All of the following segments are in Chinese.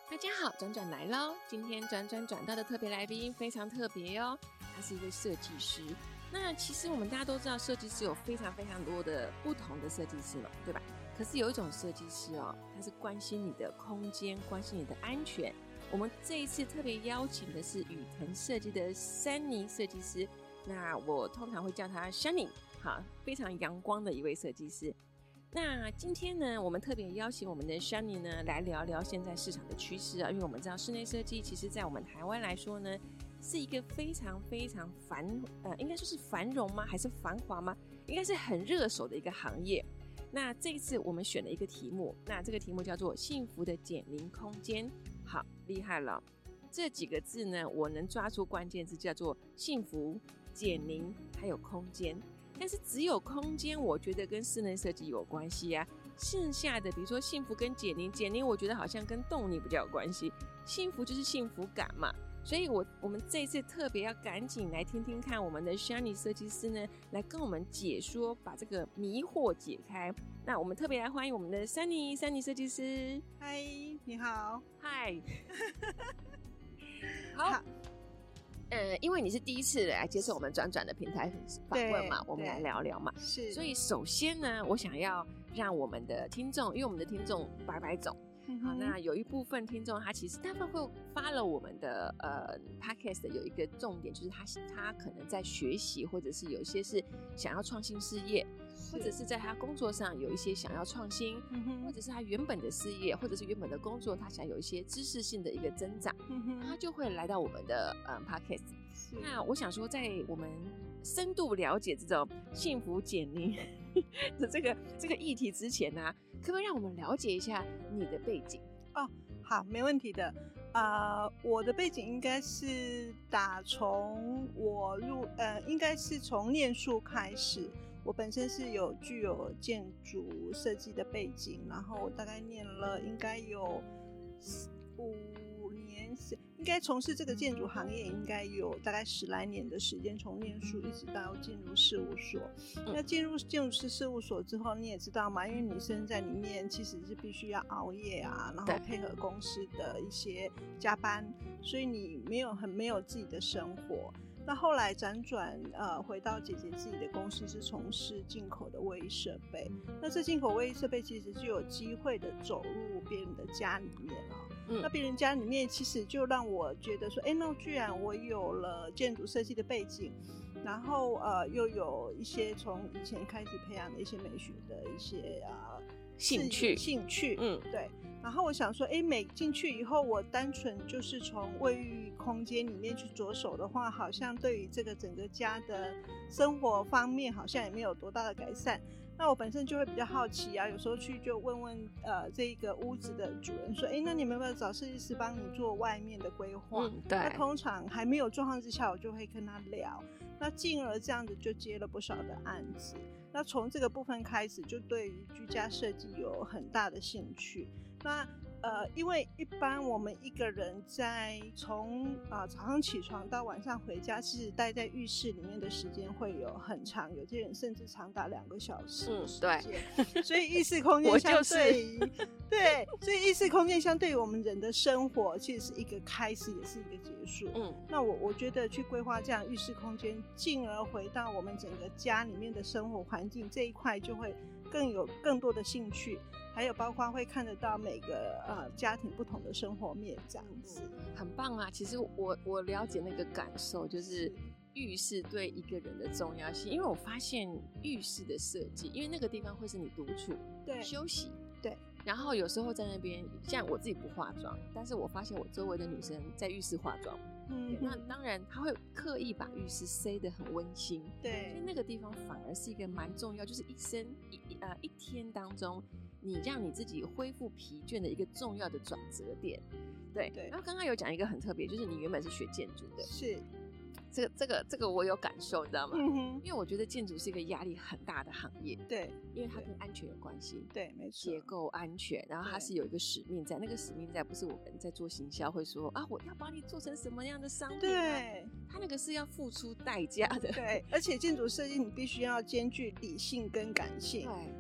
大家好，转转来咯。今天转到的特别来宾非常特别哦，他是一位设计师。那其实我们大家都知道，设计师有非常多的不同的设计师嘛，对吧？可是有一种设计师哦，他是关心你的空间，关心你的安全。我们这一次特别邀请的是宇腾设计的珊妮设计师，那我通常会叫他 Shani， 好，非常阳光的一位设计师。那今天呢，我们特别邀请我们的 Shani 呢来聊聊现在市场的趋势啊，因为我们知道室内设计其实在我们台湾来说呢，是一个非常应该说是繁荣吗？还是繁华吗？应该是很热手的一个行业。那这一次我们选了一个题目，那这个题目叫做幸福的减龄空间。好，厉害了，这几个字呢，我能抓出关键字叫做幸福、减龄还有空间。但是只有空间我觉得跟室内设计有关系啊，剩下的比如说幸福跟减龄我觉得好像跟动力比较有关系，幸福就是幸福感嘛。所以我们这一次特别要赶紧来听听看我们的 Shani 设计师呢来跟我们解说，把这个迷惑解开。那我们特别来欢迎我们的珊妮设计师。 嗨，你好。 嗨。好，因为你是第一次来接受我们转的平台访问嘛，我们来聊聊嘛。 是， 所以首先呢，我想要让我们的听众，因为我们的听众百种，好，那有一部分听众他其实大部分会follow我们的podcast 的有一个重点，就是他可能在学习，或者是有一些是想要创新事业，或者是在他工作上有一些想要创新，或者是他原本的事业或者是原本的工作他想有一些知识性的一个增长，他就会来到我们的podcast。那我想说，在我们深度了解这种幸福减龄的这个议题之前呢，可不可以让我们了解一下你的背景？ 哦，好，没问题的。我的背景应该是从我应该是从念书开始。我本身是具有建筑设计的背景，然后我大概念了应该有5年，应该从事这个建筑行业应该有大概10来年的时间，从念书一直到进入事务所。那进入建筑师事务所之后，你也知道嘛，因为女生在里面其实是必须要熬夜啊，然后配合公司的一些加班，所以你没有自己的生活。那后来辗转回到姐姐自己的公司，是从事进口的卫浴设备。那这进口卫浴设备其实就有机会的走入别人的家里面那别人家里面其实就让我觉得说，那居然我有了建筑设计的背景，然后又有一些从以前开始培养的一些美学的一些兴趣，对。然后我想说，每进去以后，我单纯就是从卫浴空间里面去着手的话，好像对于这个整个家的生活方面，好像也没有多大的改善。那我本身就会比较好奇啊，有时候去就问这一个屋子的主人说，那你们有没有找设计师帮你做外面的规划？ 对。 那通常还没有状况之下，我就会跟他聊，那进而这样子就接了不少的案子。那从这个部分开始，就对于居家设计有很大的兴趣。那因为一般我们一个人从早上起床到晚上回家，其实待在浴室里面的时间会有很长，有些人甚至长达2个小时的时间。对，所以浴室空间相对于对，所以浴室空间相对于我们人的生活，其实是一个开始，也是一个结束。那我觉得去规划这样浴室空间，进而回到我们整个家里面的生活环境这一块，就会有更多的兴趣。还有包括会看得到每个家庭不同的生活面，这样子很棒啊。其实我了解那个感受，就是浴室对一个人的重要性。因为我发现浴室的设计，因为那个地方会是你独处、对休息， 对。 然后有时候在那边，像我自己不化妆，但是我发现我周围的女生在浴室化妆。那当然她会刻意把浴室塞得很温馨，对，所以那个地方反而是一个蛮重要，就是一天当中你让你自己恢复疲倦的一个重要的转折点。对。然后刚刚有讲一个很特别，就是你原本是学建筑的， 是这个我有感受，你知道吗？因为我觉得建筑是一个压力很大的行业，对，因为它跟安全有关系，对，没错，结构安全，然后它是有一个使命在，那个使命在不是我们在做行销会说我要把你做成什么样的商品，对，它那个是要付出代价的， 对，而且建筑设计你必须要兼具理性跟感性，对，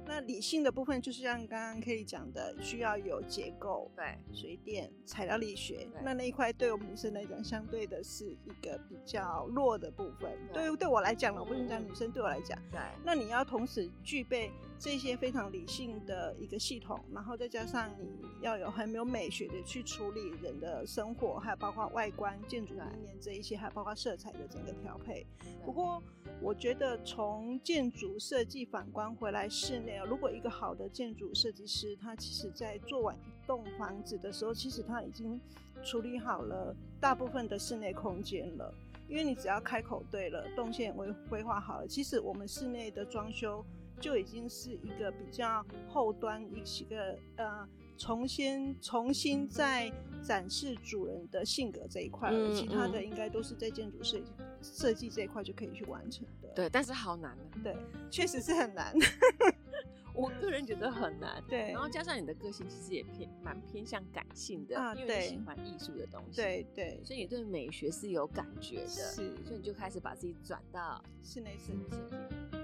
那理性的部分就是像刚刚可以讲的，需要有结构、 对， 水电、材料力学。 对那一块对我们女生来讲，相对的是一个比较弱的部分。 对对我来讲，我不能讲女生，对我来讲， 对， 那你要同时具备这些非常理性的一个系统，然后再加上你要有很有美学的去处理人的生活，还有包括外观、建筑理念这一些，还有包括色彩的整个调配。不过我觉得从建筑设计反观回来室内，如果一个好的建筑设计师，他其实在做完一栋房子的时候，其实他已经处理好了大部分的室内空间了。因为你只要开口对了，动线规划好了，其实我们室内的装修就已经是一个比较后端一个重新在展示主人的性格这一块了，其他的应该都是在建筑设计这一块就可以去完成的。 对，但是好难啊。 对，确实是很难。 我个人觉得很难。 对， 然后加上你的个性其实也蛮偏向感性的，因为你喜欢艺术的东西。 对对， 所以你对美学是有感觉的， 是， 所以你就开始把自己转到室内设计。